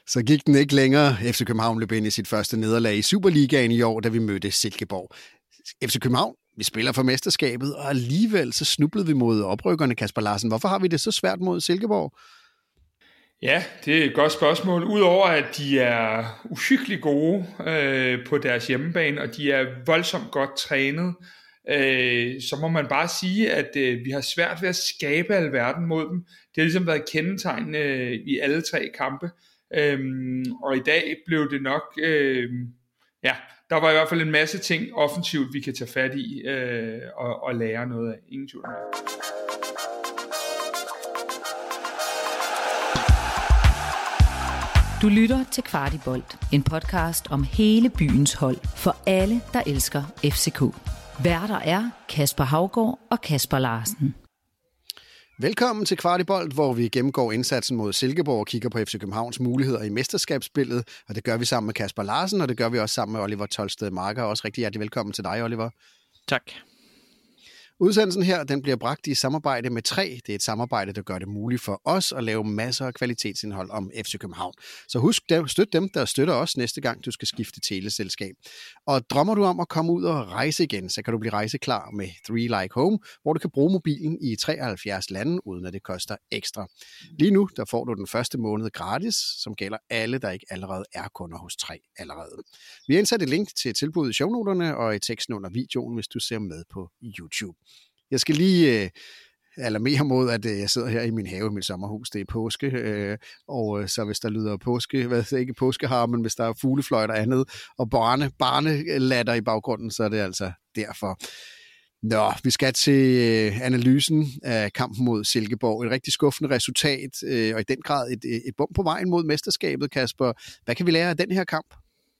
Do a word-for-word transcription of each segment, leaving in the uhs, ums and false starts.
Så gik den ikke længere. F C København løb ind i sit første nederlag i Superligaen i år, da vi mødte Silkeborg. F C København, vi spiller for mesterskabet, og alligevel så snublede vi mod oprykkerne, Kasper Larsen. Hvorfor har vi det så svært mod Silkeborg? Ja, det er et godt spørgsmål. Udover at de er uhyggeligt gode øh, på deres hjemmebane, og de er voldsomt godt trænet, øh, så må man bare sige, at øh, vi har svært ved at skabe alverden mod dem. Det har ligesom været kendetegnende øh, i alle tre kampe. Øh, og i dag blev det nok... Øh, ja, der var i hvert fald en masse ting offensivt, vi kan tage fat i øh, og, og lære noget af. Ingen tvivl om det. Du lytter til Kvartibolt, en podcast om hele byens hold for alle, der elsker F C K. Værter er Kasper Haugaard og Kasper Larsen. Velkommen til Kvartibolt, hvor vi gennemgår indsatsen mod Silkeborg og kigger på F C Københavns muligheder i mesterskabsspillet. Og det gør vi sammen med Kasper Larsen, og det gør vi også sammen med Oliver Tolsted Marker. Også rigtig hjertelig velkommen til dig, Oliver. Tak. Udsendelsen her, den bliver bragt i samarbejde med tre. Det er et samarbejde, der gør det muligt for os at lave masser af kvalitetsindhold om F C København. Så husk, støt dem, der støtter os næste gang, du skal skifte teleselskab. Og drømmer du om at komme ud og rejse igen, så kan du blive rejseklar med Three Like Home, hvor du kan bruge mobilen i treoghalvfjerds lande, uden at det koster ekstra. Lige nu, der får du den første måned gratis, som gælder alle, der ikke allerede er kunder hos tre allerede. Vi har indsat et link til tilbuddet i shownoterne og i teksten under videoen, hvis du ser med på YouTube. Jeg skal lige øh, alarmere mod, at øh, jeg sidder her i min have i mit sommerhus. Det er påske, øh, og øh, så hvis der lyder påske, hvad det ikke påskehar, men hvis der er fuglefløjt og andet, og barne, barnelatter i baggrunden, så er det altså derfor. Nå, vi skal til øh, analysen af kampen mod Silkeborg. Et rigtig skuffende resultat, øh, og i den grad et, et bump på vejen mod mesterskabet, Kasper. Hvad kan vi lære af den her kamp?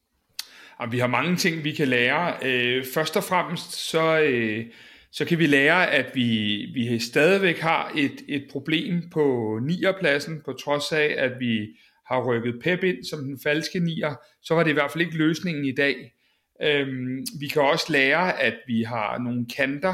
Og vi har mange ting, vi kan lære. Øh, først og fremmest så... Øh, så kan vi lære, at vi, vi stadigvæk har et, et problem på nierpladsen, på trods af, at vi har rykket Pep ind som den falske nier, så var det i hvert fald ikke løsningen i dag. Øhm, vi kan også lære, at vi har nogle kanter,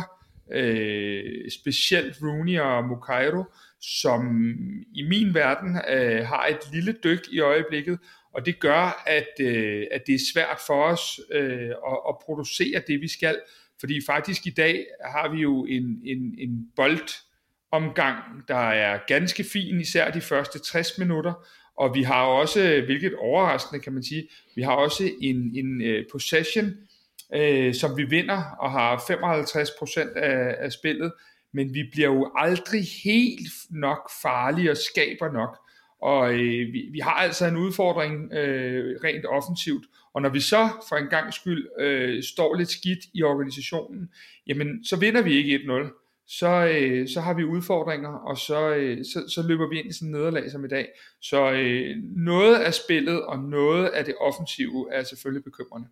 øh, specielt Rooney og Mukairo, som i min verden øh, har et lille dyk i øjeblikket, og det gør, at, øh, at det er svært for os øh, at, at producere det, vi skal. Fordi faktisk i dag har vi jo en, en, en boldomgang, der er ganske fin, især de første tres minutter. Og vi har også, hvilket overraskende kan man sige, vi har også en, en uh, possession, uh, som vi vinder og har femoghalvtreds procent af, af spillet. Men vi bliver jo aldrig helt nok farlige og skaber nok. Og uh, vi, vi har altså en udfordring uh, rent offensivt. Og når vi så for en gang skyld øh, står lidt skidt i organisationen, jamen så vinder vi ikke et nul. Så, øh, så har vi udfordringer, og så, øh, så, så løber vi ind i sådan en nederlag som i dag. Så øh, noget af spillet og noget af det offensive er selvfølgelig bekymrende.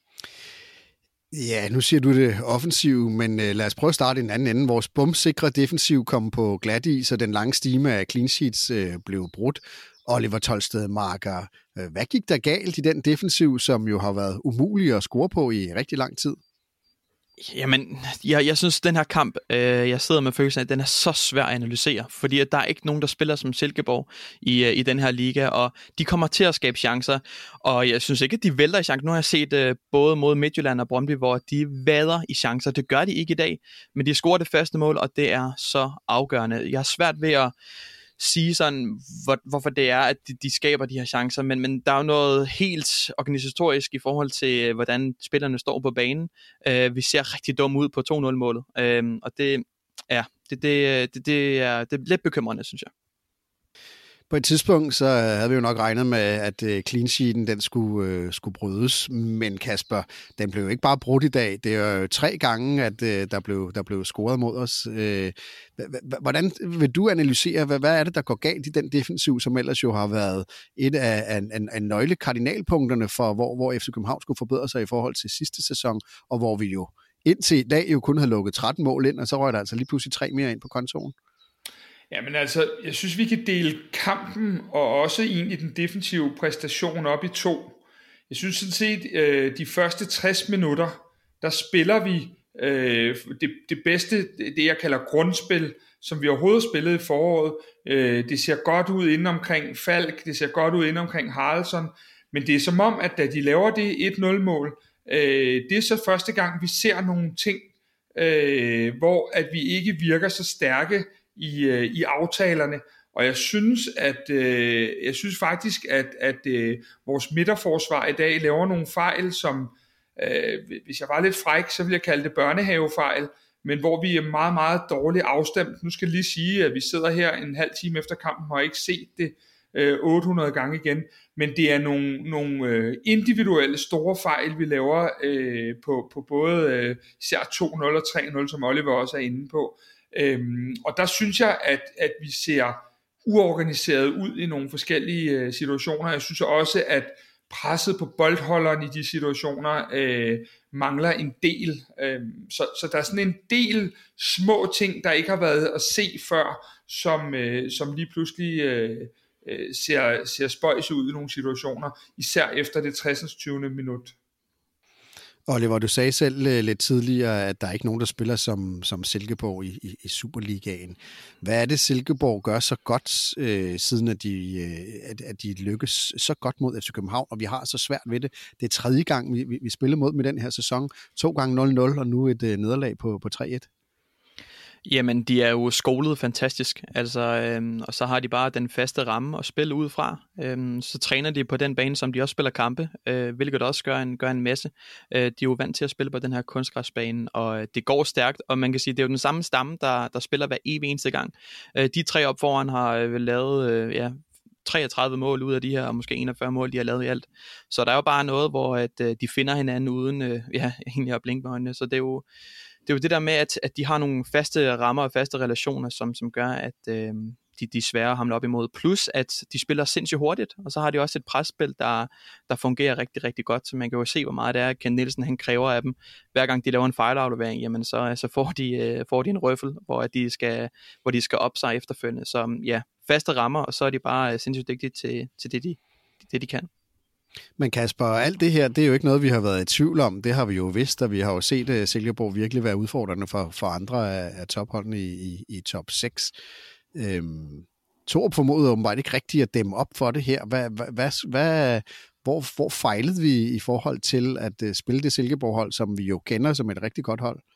Ja, nu siger du det offensive, men øh, lad os prøve at starte i en anden ende. Vores bombsikre defensiv kom på glat is, og den lange stime af clean sheets øh, blev brudt. Oliver Tolsted Marker, hvad gik der galt i den defensiv, som jo har været umulig at score på i rigtig lang tid? Jamen, jeg, jeg synes, den her kamp, øh, jeg sidder med følelsen af, at den er så svær at analysere, fordi at der er ikke nogen, der spiller som Silkeborg i, øh, i den her liga, og de kommer til at skabe chancer, og jeg synes ikke, at de vælter i chancer. Nu har jeg set øh, både mod Midtjylland og Brøndby, hvor de vader i chancer. Det gør de ikke i dag, men de scorer det første mål, og det er så afgørende. Jeg har svært ved at sige sådan, hvor, hvorfor det er, at de, de skaber de her chancer, men, men der er jo noget helt organisatorisk i forhold til, hvordan spillerne står på banen. Uh, vi ser rigtig dumme ud på to nul-målet, uh, og det, ja, det, det, det, det, er, det er lidt bekymrende, synes jeg. På et tidspunkt, så havde vi jo nok regnet med, at clean sheeten, den skulle, øh, skulle brydes, men Kasper, den blev jo ikke bare brudt i dag. Det er jo tre gange, at øh, der, blev, der blev scoret mod os. Øh, hvordan vil du analysere, hvad, hvad er det, der går galt i den defensiv, som ellers jo har været et af, af, af, af nøglekardinalpunkterne for, hvor, hvor F C København skulle forbedre sig i forhold til sidste sæson, og hvor vi jo indtil i dag jo kun havde lukket tretten mål ind, og så røg der altså lige pludselig tre mere ind på kontoen. Jamen altså, jeg synes, vi kan dele kampen og også egentlig den defensive præstation op i to. Jeg synes sådan set, øh, de første tres minutter, der spiller vi Øh, det, det bedste, det jeg kalder grundspil, som vi overhovedet spillede i foråret, øh, det ser godt ud inden omkring Falk, det ser godt ud inden omkring Haraldsson, men det er som om, at da de laver det et nul mål, øh, det er så første gang, vi ser nogle ting, øh, hvor at vi ikke virker så stærke i, øh, i aftalerne, og jeg synes, at øh, jeg synes faktisk, at, at øh, vores midterforsvar i dag laver nogle fejl, som øh, hvis jeg var lidt fræk, så ville jeg kalde det børnehavefejl, men hvor vi er meget, meget dårligt afstemt. Nu skal jeg lige sige, at vi sidder her en halv time efter kampen, og har ikke set det øh, otte hundrede gange igen, men det er nogle, nogle øh, individuelle store fejl, vi laver øh, på, på både øh, især to nul og tre nul, som Oliver også er inde på. Øhm, og der synes jeg, at, at vi ser uorganiseret ud i nogle forskellige øh, situationer. Jeg synes også, at presset på boldholderen i de situationer øh, mangler en del. Øh, så, så der er sådan en del små ting, der ikke har været at se før, som, øh, som lige pludselig øh, øh, ser, ser spøjs ud i nogle situationer, især efter det tres tyvende minut. Oliver, du sagde selv uh, lidt tidligere, at der er ikke nogen, der spiller som, som Silkeborg i, i, i Superligaen. Hvad er det, Silkeborg gør så godt, uh, siden at de, uh, at, at de lykkes så godt mod F C København, og vi har så svært ved det? Det er tredje gang, vi, vi, vi spiller mod med den her sæson. To gange nul nul, og nu et uh, nederlag på, på tre et. Jamen, de er jo skolet fantastisk, altså, øhm, og så har de bare den faste ramme at spille ud fra. Øhm, så træner de på den bane, som de også spiller kampe, øh, hvilket også gør en, gør en masse. Øh, de er jo vant til at spille på den her kunstgræsbane, og det går stærkt, og man kan sige, det er jo den samme stamme, der, der spiller hver evig eneste gang. Øh, de tre op foran har øh, lavet øh, ja, treogtredive mål ud af de her, og måske enogfyrre mål, de har lavet i alt. Så der er jo bare noget, hvor at, øh, de finder hinanden uden øh, ja, egentlig at blinke med øjnene, så det er jo Det er jo det der med, at, at de har nogle faste rammer og faste relationer, som, som gør, at øh, de, de er svære at hamle op imod. Plus, at de spiller sindssygt hurtigt, og så har de også et presspil, der, der fungerer rigtig, rigtig godt. Så man kan jo se, hvor meget det er, at Ken Nielsen han kræver af dem. Hver gang de laver en fejlaflevering, jamen så, så får, de, øh, får de en røffel, hvor de skal, hvor de skal op sig efterfølgende. Så ja, faste rammer, og så er de bare sindssygt dygtige til, til det, de, det, de kan. Men Kasper, alt det her, det er jo ikke noget, vi har været i tvivl om. Det har vi jo vidst, og vi har jo set uh, Silkeborg virkelig være udfordrende for, for andre af, af topholdene i, i, i top seks. Øhm, Torup formodede åbenbart ikke rigtigt at dæmme op for det her. Hvad, hvad, hvad, hvor, hvor fejlede vi i forhold til at uh, spille det Silkeborg-hold, som vi jo kender som et rigtig godt hold?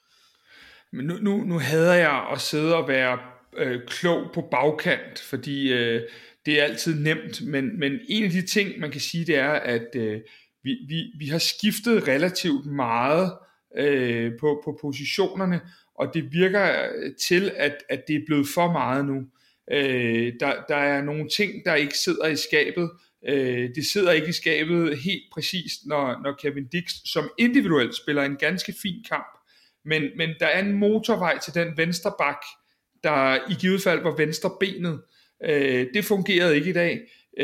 Men nu, nu, nu hader jeg at sidde og være øh, klog på bagkant, fordi øh, det er altid nemt, men, men en af de ting, man kan sige, det er, at øh, vi, vi, vi har skiftet relativt meget øh, på, på positionerne, og det virker til, at, at det er blevet for meget nu. Øh, der, der er nogle ting, der ikke sidder i skabet. Øh, det sidder ikke i skabet helt præcist, når, når Kevin Dix som individuelt spiller en ganske fin kamp, men, men der er en motorvej til den venstre bak, der i givet fald var venstre benet. Øh, det fungerede ikke i dag.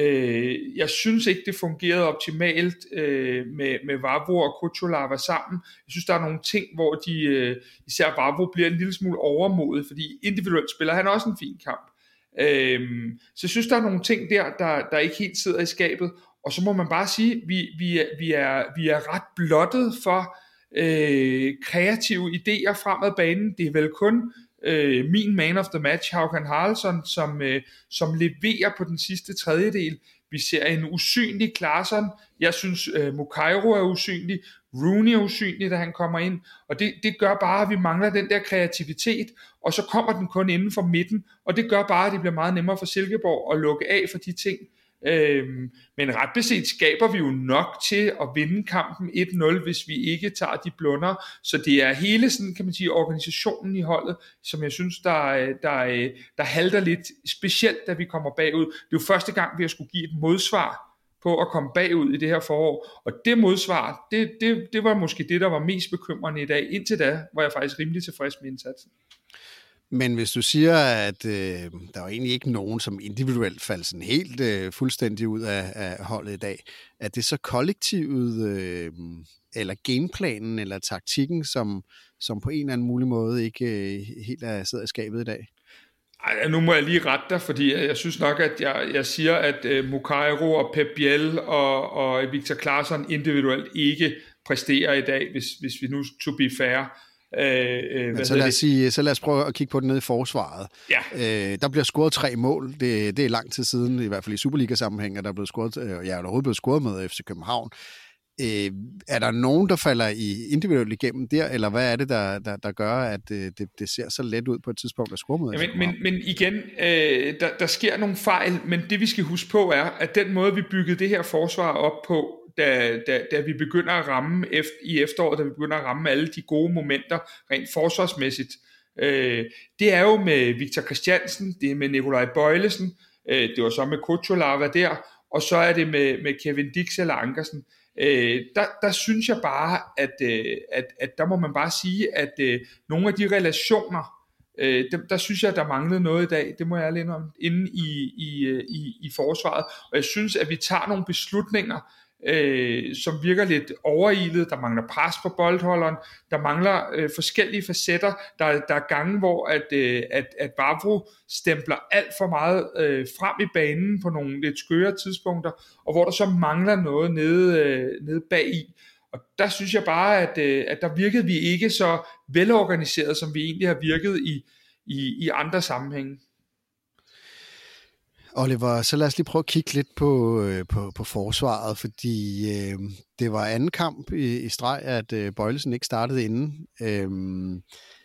Øh, jeg synes ikke, det fungerede optimalt øh, med, med Vavro og Kuchola var sammen. Jeg synes, der er nogle ting, hvor de, øh, især Vavro bliver en lille smule overmodet, fordi individuelt spiller han også en fin kamp. Øh, så jeg synes, der er nogle ting der, der, der ikke helt sidder i skabet. Og så må man bare sige, vi, vi, er, vi, er, vi er ret blottet for øh, kreative idéer fremad banen. Det er vel kun Øh, min man of the match, Håkan Haraldsson, som, øh, som leverer på den sidste tredjedel. Vi ser en usynlig Klarsson. Jeg synes, øh, Mukairo er usynlig. Rooney er usynlig, da han kommer ind. Og det, det gør bare, at vi mangler den der kreativitet. Og så kommer den kun inden for midten. Og det gør bare, at det bliver meget nemmere for Silkeborg at lukke af for de ting. Øhm, men ret beset skaber vi jo nok til at vinde kampen et nul, hvis vi ikke tager de blunder. Så det er hele sådan, kan man sige, organisationen i holdet, som jeg synes, der, der, der halter lidt, specielt da vi kommer bagud. Det er jo første gang, vi har skulle give et modsvar på at komme bagud i det her forår. Og det modsvar, det, det, det var måske det, der var mest bekymrende i dag. Indtil da var jeg faktisk rimelig tilfreds med indsatsen. Men hvis du siger, at øh, der var egentlig ikke nogen, som individuelt faldt sådan helt øh, fuldstændig ud af, af holdet i dag, er det så kollektivet, øh, eller gameplanen, eller taktikken, som, som på en eller anden mulig måde ikke øh, helt er siddet i skabet i dag? Ej, nu må jeg lige rette dig, fordi jeg synes nok, at jeg, jeg siger, at øh, Mukairo og Pep Biel og, og Victor Claesson individuelt ikke præsterer i dag, hvis, hvis vi nu to be fair. Øh, Men så lad, os sige, så lad os prøve at kigge på det nede i forsvaret. Ja. Øh, der bliver scoret tre mål. Det, det er lang tid siden, i hvert fald i Superliga-sammenhæng, at der er blevet scoret, øh, ja, der er overhovedet blevet scoret med F C København. Øh, er der nogen, der falder i individuelt igennem der, eller hvad er det, der, der, der gør, at øh, det, det ser så let ud på et tidspunkt at score mod F C ja, men, København? men, men igen, øh, der, der sker nogle fejl, men det vi skal huske på er, at den måde, vi byggede det her forsvar op på, Da, da, da vi begynder at ramme efter, i efteråret, da vi begynder at ramme alle de gode momenter rent forsvarsmæssigt, øh, det er jo med Victor Christiansen, det er med Nikolaj Bøjlesen, øh, det var så med Kutsulava der, og så er det med, med Kevin Dix eller Ankersen. Øh, der, der synes jeg bare, at, øh, at, at der må man bare sige, at øh, nogle af de relationer, øh, der, der synes jeg, der manglede noget i dag, det må jeg ærligt indrømme, inde i, i, i, i forsvaret, og jeg synes, at vi tager nogle beslutninger, Øh, som virker lidt overilet. Der mangler pres på boldholderen, der mangler øh, forskellige facetter, der, der er gange hvor at, øh, at, at Vavro stempler alt for meget øh, frem i banen på nogle lidt skøre tidspunkter, og hvor der så mangler noget nede, øh, nede bagi, og der synes jeg bare at, øh, at der virkede vi ikke så velorganiseret, som vi egentlig har virket i, i, i andre sammenhænge. Oliver, så lad os lige prøve at kigge lidt på, øh, på, på forsvaret, fordi øh, det var anden kamp i, i streg, at øh, Bøjlesen ikke startede inden. Øhm,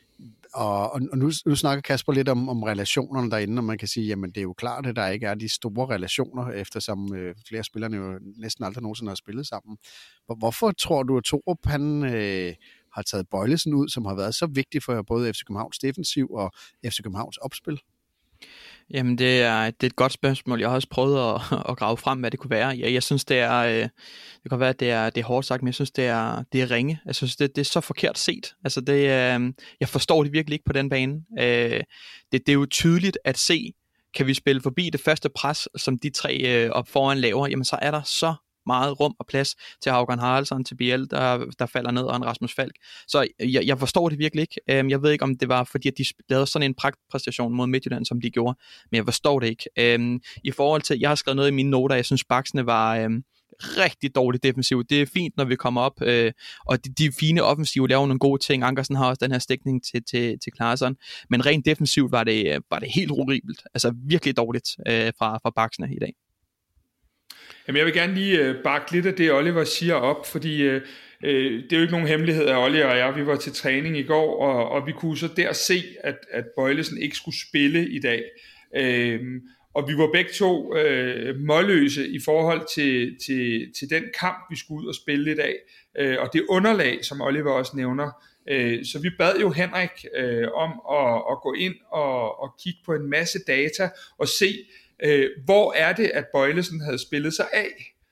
og og nu, nu snakker Kasper lidt om, om relationerne derinde, og man kan sige, jamen det er jo klart, at der ikke er de store relationer, eftersom øh, flere spillerne jo næsten aldrig nogensinde har spillet sammen. Hvorfor tror du, at Torup han, øh, har taget Bøjlesen ud, som har været så vigtig for både F C Københavns defensiv og F C Københavns opspil? Jamen, det er, det er et godt spørgsmål. Jeg har også prøvet at, at grave frem, hvad det kunne være. Jeg, jeg synes, det er, det kan være, at det er, det er hårdt sagt, men jeg synes, det er, det er ringe. Jeg synes, det, det er så forkert set. Altså, det, jeg forstår det virkelig ikke på den bane. Det, det er jo tydeligt at se, kan vi spille forbi det første pres, som de tre op foran laver, jamen så er der så meget rum og plads til Haugen Haraldsson, til Biel, der, der falder ned, og en Rasmus Falk. Så jeg, jeg forstår det virkelig ikke. Jeg ved ikke, om det var, fordi at de lavede sådan en pragtpræstation mod Midtjylland, som de gjorde, men jeg forstår det ikke. I forhold til, jeg har skrevet noget i mine noter, jeg synes, baksene var øhm, rigtig dårligt defensivt. Det er fint, når vi kommer op, øh, og de, de fine offensive laver nogle gode ting. Ankersen har også den her stikning til, til, til Klaarsson, men rent defensivt var det, var det helt horribelt. Altså virkelig dårligt øh, fra, fra baksene i dag. Jamen, jeg vil gerne lige øh, bakke lidt af det, Oliver siger op, fordi øh, øh, det er jo ikke nogen hemmelighed, at Oliver og jeg, vi var til træning i går, og, og vi kunne så der se, at, at Bøjlesen ikke skulle spille i dag. Øh, og vi var begge to øh, målløse i forhold til, til, til den kamp, vi skulle ud og spille i dag, øh, og det underlag, som Oliver også nævner. Øh, så vi bad jo Henrik øh, om at, at gå ind og, og kigge på en masse data og se, Øh, hvor er det, at Bøjlesen havde spillet sig af?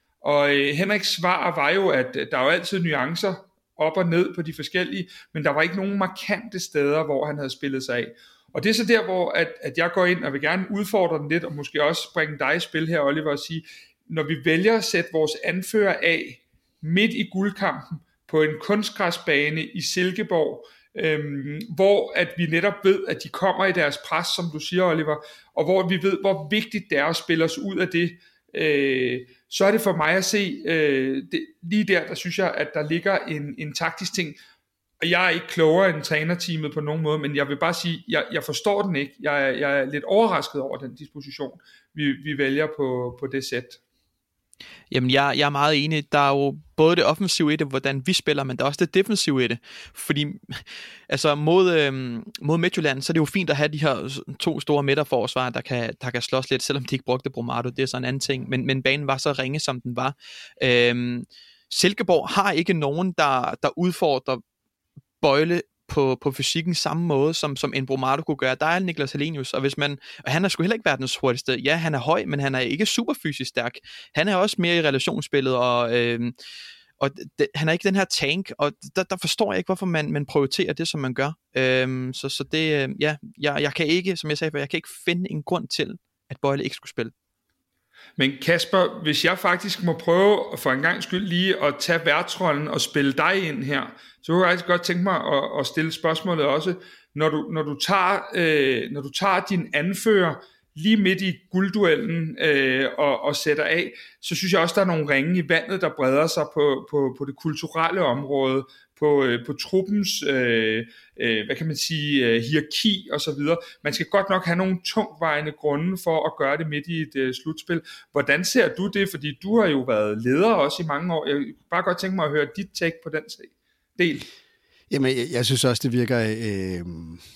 Og øh, Henriks svar var jo, at der er jo altid nuancer op og ned på de forskellige, men der var ikke nogen markante steder, hvor han havde spillet sig af. Og det er så der, hvor at, at jeg går ind og vil gerne udfordre den lidt, og måske også bringe dig i spil her, Oliver, og sige, når vi vælger at sætte vores anfører af midt i guldkampen på en kunstgræsbane i Silkeborg, Øhm, hvor at vi netop ved, at de kommer i deres pres, som du siger, Oliver, og hvor vi ved, hvor vigtigt det er at spille os ud af det, øh, så er det for mig at se, øh, det, lige der, der synes jeg, at der ligger en, en taktisk ting, og jeg er ikke klogere end trænerteamet på nogen måde, men jeg vil bare sige, jeg, jeg forstår den ikke, jeg, jeg er lidt overrasket over den disposition, vi, vi vælger på, på det sæt. Jamen, jeg, jeg er meget enig. Der er jo både det offensive i det, hvordan vi spiller, men der er også det defensive i det. Fordi altså mod, øhm, mod Midtjylland, så er det jo fint at have de her to store midterforsvar, der kan, der kan slås lidt, selvom de ikke brugte Brumado. Det er så en anden ting. Men, men banen var så ringe, som den var. Øhm, Silkeborg har ikke nogen, der, der udfordrer Bøjle på, på fysikken samme måde, som, som en Brumado kunne gøre. Der er Niklas Helenius, og hvis man, og han er sgu heller ikke verdens hurtigste. Ja, han er høj, men han er ikke super fysisk stærk. Han er også mere i relationsspillet, og, øh, og det, han er ikke den her tank, og der, der forstår jeg ikke, hvorfor man, man prioriterer det, som man gør. Øh, så, så det, ja, jeg, jeg kan ikke, som jeg sagde før, jeg kan ikke finde en grund til, at Bøjle ikke skulle spille. Men Kasper, hvis jeg faktisk må prøve for en gang skyld lige at tage værtsrollen og spille dig ind her, så kunne jeg faktisk godt tænke mig at, at stille spørgsmålet også, når du, når du, tager, øh, når du tager din anfører lige midt i guldduellen øh, og, og sætter af, så synes jeg også, der er nogle ringe i vandet, der breder sig på, på, på det kulturelle område, på, øh, på truppens, øh, øh, hvad kan man sige, øh, hierarki og så videre. Man skal godt nok have nogle tungtvejende grunde for at gøre det midt i et øh, slutspil. Hvordan ser du det? Fordi du har jo været leder også i mange år. Jeg kunne bare godt tænke mig at høre dit take på den del. Jamen, jeg, jeg synes også, det virker øh,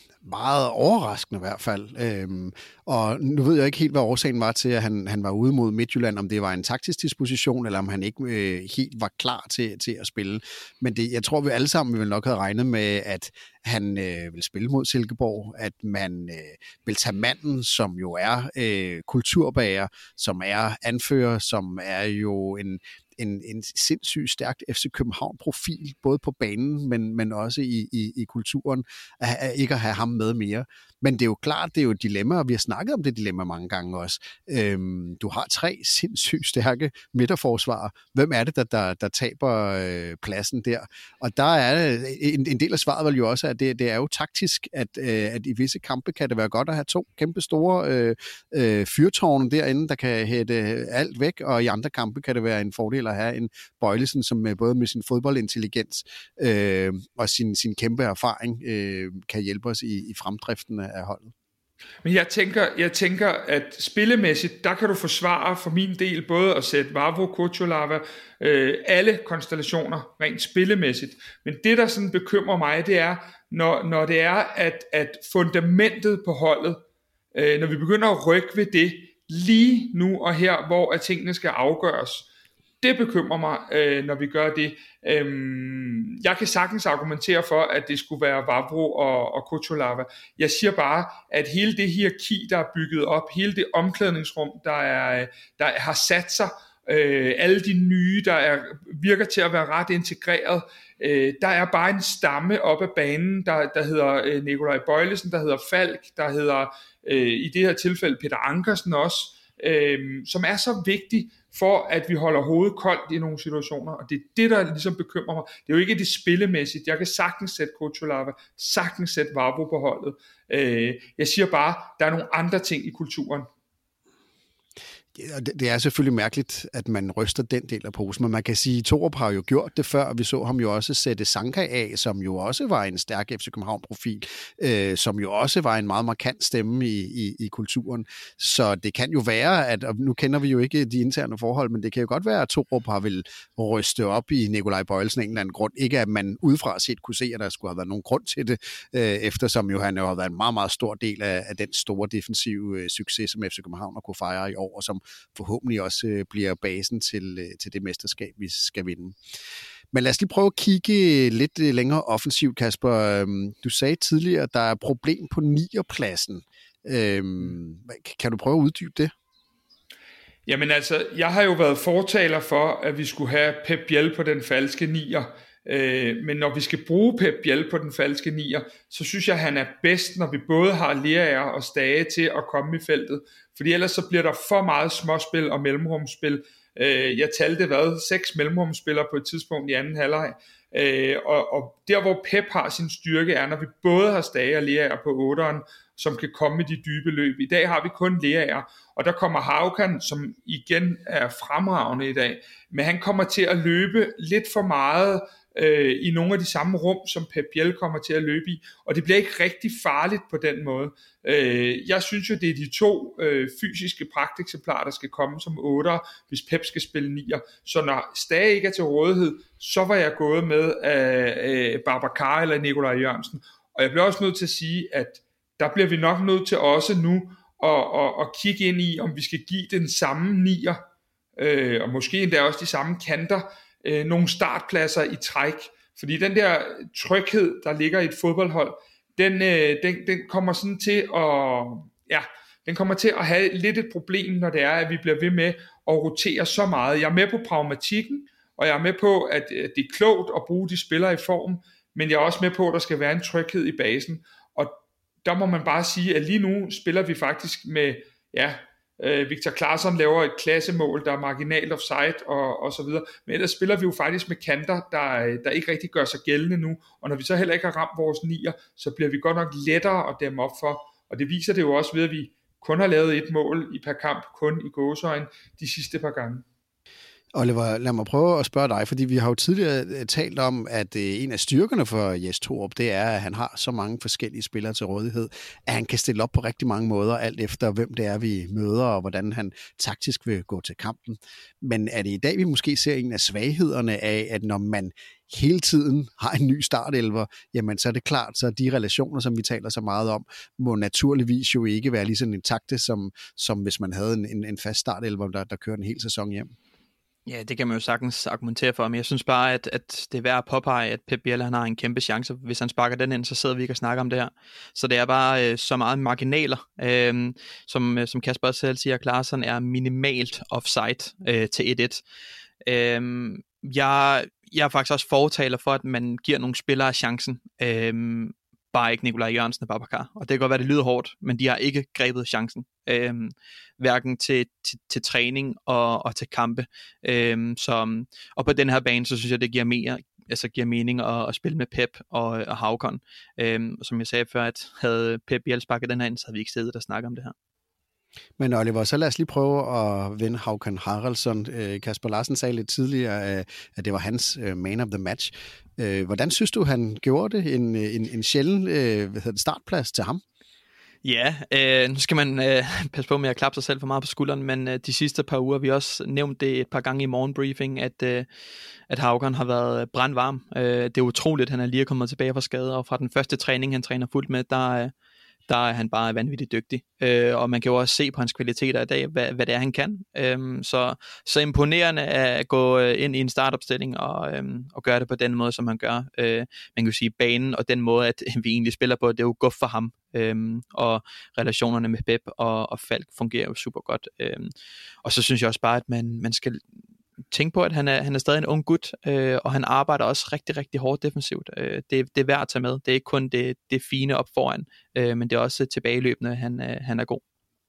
meget overraskende i hvert fald. Øhm, og nu ved jeg ikke helt, hvad årsagen var til, at han, han var ude mod Midtjylland, om det var en taktisk disposition, eller om han ikke øh, helt var klar til, til at spille. Men det, jeg tror, vi alle sammen vil nok have regnet med, at han øh, vil spille mod Silkeborg, at man øh, vil tage manden, som jo er øh, kulturbærer, som er anfører, som er jo en En, en sindssygt stærkt F C København-profil, både på banen, men, men også i, i, i kulturen, at, at ikke at have ham med mere. Men det er jo klart, det er jo et dilemma, og vi har snakket om det dilemma mange gange også. Øhm, du har tre sindssygt stærke midterforsvarer. Hvem er det, der, der, der taber øh, pladsen der? Og der er en, en del af svaret vel jo også, at det, det er jo taktisk, at, øh, at i visse kampe kan det være godt at have to kæmpe store øh, øh, fyrtårne derinde, der kan hætte alt væk, og i andre kampe kan det være en fordel at have en Bøjlesen, som med, både med sin fodboldintelligens øh, og sin, sin kæmpe erfaring øh, kan hjælpe os i, i fremdriften af holdet. Men jeg tænker, jeg tænker, at spillemæssigt, der kan du forsvare for min del både at sætte Vavro, Kutsulava, øh, alle konstellationer rent spillemæssigt. Men det, der sådan bekymrer mig, det er, når, når det er, at, at fundamentet på holdet, øh, når vi begynder at rykke ved det, lige nu og her, hvor at tingene skal afgøres, det bekymrer mig, øh, når vi gør det. Øhm, jeg kan sagtens argumentere for, at det skulle være Vavro og, og Kutsulava. Jeg siger bare, at hele det hierarki, der er bygget op, hele det omklædningsrum, der, er, der har sat sig, øh, alle de nye, der er, virker til at være ret integreret, øh, der er bare en stamme op ad banen, der, der hedder øh, Nikolaj Bøjlesen, der hedder Falk, der hedder øh, i det her tilfælde Peter Ankersen også, øh, som er så vigtig, for at vi holder hovedet koldt i nogle situationer, og det er det, der ligesom bekymrer mig. Det er jo ikke det spillemæssigt. Jeg kan sagtens sætte Kutsulava, sagtens sætte Vavro på holdet. Øh, jeg siger bare, der er nogle andre ting i kulturen. Det er selvfølgelig mærkeligt, at man ryster den del af posen, men man kan sige, at Torup har jo gjort det før, og vi så ham jo også sætte Sanka af, som jo også var en stærk F C København-profil, øh, som jo også var en meget markant stemme i, i, i kulturen. Så det kan jo være, at, og nu kender vi jo ikke de interne forhold, men det kan jo godt være, at Torup har vel ryste op i Nikolaj Bøjlesen en eller anden grund. Ikke at man udefra set kunne se, at der skulle have været nogen grund til det, øh, eftersom jo han jo har været en meget, meget stor del af, af den store defensive øh, succes, som F C København har kunne fejre i år, og som forhåbentlig også øh, bliver basen til, øh, til det mesterskab, vi skal vinde. Men lad os lige prøve at kigge lidt øh, længere offensivt, Kasper. Øhm, du sagde tidligere, at der er problem på nierpladsen. Øhm, kan du prøve at uddybe det? Jamen altså, jeg har jo været fortaler for, at vi skulle have Pep Biel på den falske nier. Øh, men når vi skal bruge Pep Biel på den falske nier, så synes jeg, at han er bedst, når vi både har Lerager og Stage til at komme i feltet. Fordi ellers så bliver der for meget småspil og mellemrumspil. Øh, jeg talte hvad, seks mellemrumspillere på et tidspunkt i anden halvleg. Øh, og, og der hvor Pep har sin styrke er, når vi både har Stage og Lerager på otteren, som kan komme i de dybe løb. I dag har vi kun Lerager, og der kommer Haukan, som igen er fremragende i dag, men han kommer til at løbe lidt for meget øh, i nogle af de samme rum, som Pep Biel kommer til at løbe i, og det bliver ikke rigtig farligt på den måde. Øh, jeg synes jo, det er de to øh, fysiske pragteksemplarer, der skal komme som otter, hvis Pep skal spille nier. Så når Stage ikke er til rådighed, så var jeg gået med øh, øh, Babacar eller Nikolaj Jørgensen, og jeg bliver også nødt til at sige, at der bliver vi nok nødt til også nu at, at, at kigge ind i, om vi skal give den samme nier, øh, og måske endda også de samme kanter, øh, nogle startpladser i træk. Fordi den der tryghed, der ligger i et fodboldhold, den, øh, den, den kommer sådan til at, ja, den kommer til at have lidt et problem, når det er, at vi bliver ved med at rotere så meget. Jeg er med på pragmatikken, og jeg er med på, at det er klogt at bruge de spillere i form, men jeg er også med på, at der skal være en tryghed i basen. Og der må man bare sige, at lige nu spiller vi faktisk med, ja, øh, Victor Claesson laver et klassemål, der er marginalt offside og, og så videre, men ellers spiller vi jo faktisk med kanter, der, der ikke rigtig gør sig gældende nu, og når vi så heller ikke har ramt vores nier, så bliver vi godt nok lettere at dæmme op for, og det viser det jo også ved, at vi kun har lavet et mål i per kamp, kun i gåseøjne de sidste par gange. Oliver, lad mig prøve at spørge dig, fordi vi har jo tidligere talt om, at en af styrkerne for Jes Torup, det er, at han har så mange forskellige spillere til rådighed, at han kan stille op på rigtig mange måder, alt efter hvem det er, vi møder, og hvordan han taktisk vil gå til kampen. Men er det i dag, vi måske ser en af svaghederne af, at når man hele tiden har en ny startelver, jamen så er det klart, så de relationer, som vi taler så meget om, må naturligvis jo ikke være lige sådan intakte, som, som hvis man havde en, en, en fast startelver, der, der kører en hel sæson hjem. Ja, det kan man jo sagtens argumentere for, men jeg synes bare, at, at det er værd at påpege, at Pep Biel han har en kæmpe chance. Hvis han sparker den ind, så sidder vi ikke og snakker om det her. Så det er bare øh, så meget marginaler, øh, som, som Kasper selv siger, Klaasen er minimalt offside øh, til et et. Øh, jeg, jeg er faktisk også fortaler for, at man giver nogle spillere chancen. Øh, bare ikke Nikolaj Jørgensen og Babacar. Og det kan godt være, det lyder hårdt, men de har ikke grebet chancen. Øhm, hverken til, til, til træning og, og til kampe. Øhm, så, og på den her bane, så synes jeg, det giver mere, altså giver mening at, at spille med Pep og, og Haugen. Øhm, som jeg sagde før, at havde Pep Biel sparket den her ind, så havde vi ikke siddet og snakket om det her. Men Oliver, så lad os lige prøve at vende Haugen Haraldsson. Kasper Larsen sagde lidt tidligere, at det var hans man of the match. Hvordan synes du, han gjorde det? En, en, en sjælden hvad hedder det, startplads til ham? Ja, øh, nu skal man øh, passe på med at klappe sig selv for meget på skulderen, men øh, de sidste par uger, vi har også nævnt det et par gange i morgenbriefing, at, øh, at Haugen har været brandvarm. Øh, det er utroligt, han er lige kommet tilbage fra skade, og fra den første træning, han træner fuldt med, der, øh, der er han bare vanvittigt dygtig. Øh, og man kan jo også se på hans kvaliteter i dag, hvad, hvad det er, han kan. Øh, så, så imponerende at gå ind i en startopstilling og, øh, og gøre det på den måde, som han gør. Øh, man kan jo sige, banen og den måde, at vi egentlig spiller på, det er jo godt for ham. Øhm, og relationerne med Pep og, og Falk fungerer jo super godt. Øhm, og så synes jeg også bare, at man, man skal tænke på, at han er, han er stadig en ung gut, øh, og han arbejder også rigtig, rigtig hårdt defensivt. Øh, det, det er værd at tage med. Det er ikke kun det, det fine op foran, øh, men det er også tilbageløbende, han, øh, han er god.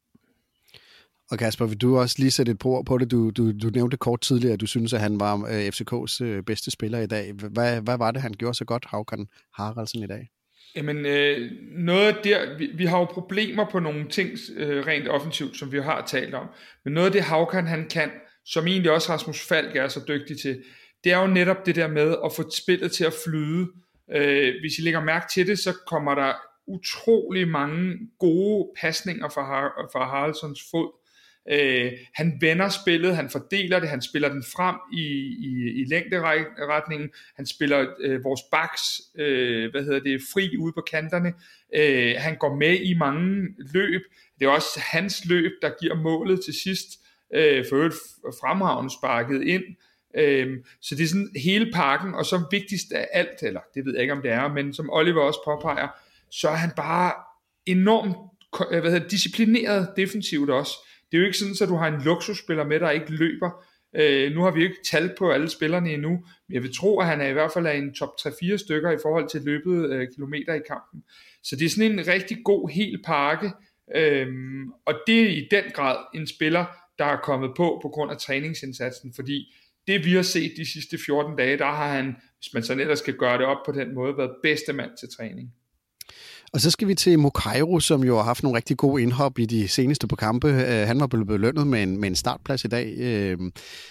Og Kasper, vil du også lige sætte et par ord på det? Du, du, du nævnte kort tidligere, at du synes, at han var øh, F C K's øh, bedste spiller i dag. Hvad, hvad var det, han gjorde så godt, Haugen Haraldsson, i dag? Jamen, øh, noget der, vi, vi har jo problemer på nogle ting øh, rent offensivt, som vi har talt om. Men noget af det Haugen han kan, som egentlig også Rasmus Falk er så dygtig til, det er jo netop det der med at få spillet til at flyde. Øh, hvis I lægger mærke til det, så kommer der utrolig mange gode pasninger fra, Har- fra Haraldssons fod. Øh, han vender spillet, han fordeler det, han spiller den frem i, i, i længderetningen, han spiller øh, vores backs øh, hvad hedder det, fri ude på kanterne, øh, han går med i mange løb, det er også hans løb, der giver målet til sidst, øh, for øvrigt fremragende sparket ind, øh, så det er sådan hele pakken, og så vigtigst af alt, eller det ved jeg ikke om det er, men som Oliver også påpeger, så er han bare enormt hvad hedder det, disciplineret defensivt også. Det er jo ikke sådan, at du har en luksusspiller med, der ikke løber. Øh, nu har vi jo ikke tal på alle spillerne endnu, men jeg vil tro, at han er i hvert fald er en top tre fire stykker i forhold til løbet øh, kilometer i kampen. Så det er sådan en rigtig god hel pakke, øh, og det er i den grad en spiller, der er kommet på på grund af træningsindsatsen, fordi det vi har set de sidste fjorten dage, der har han, hvis man så ellers skal gøre det op på den måde, været bedste mand til træning. Og så skal vi til Mokairo, som jo har haft nogle rigtig gode indhop i de seneste på kampe. Han var blevet belønnet med en, med en startplads i dag. Øh,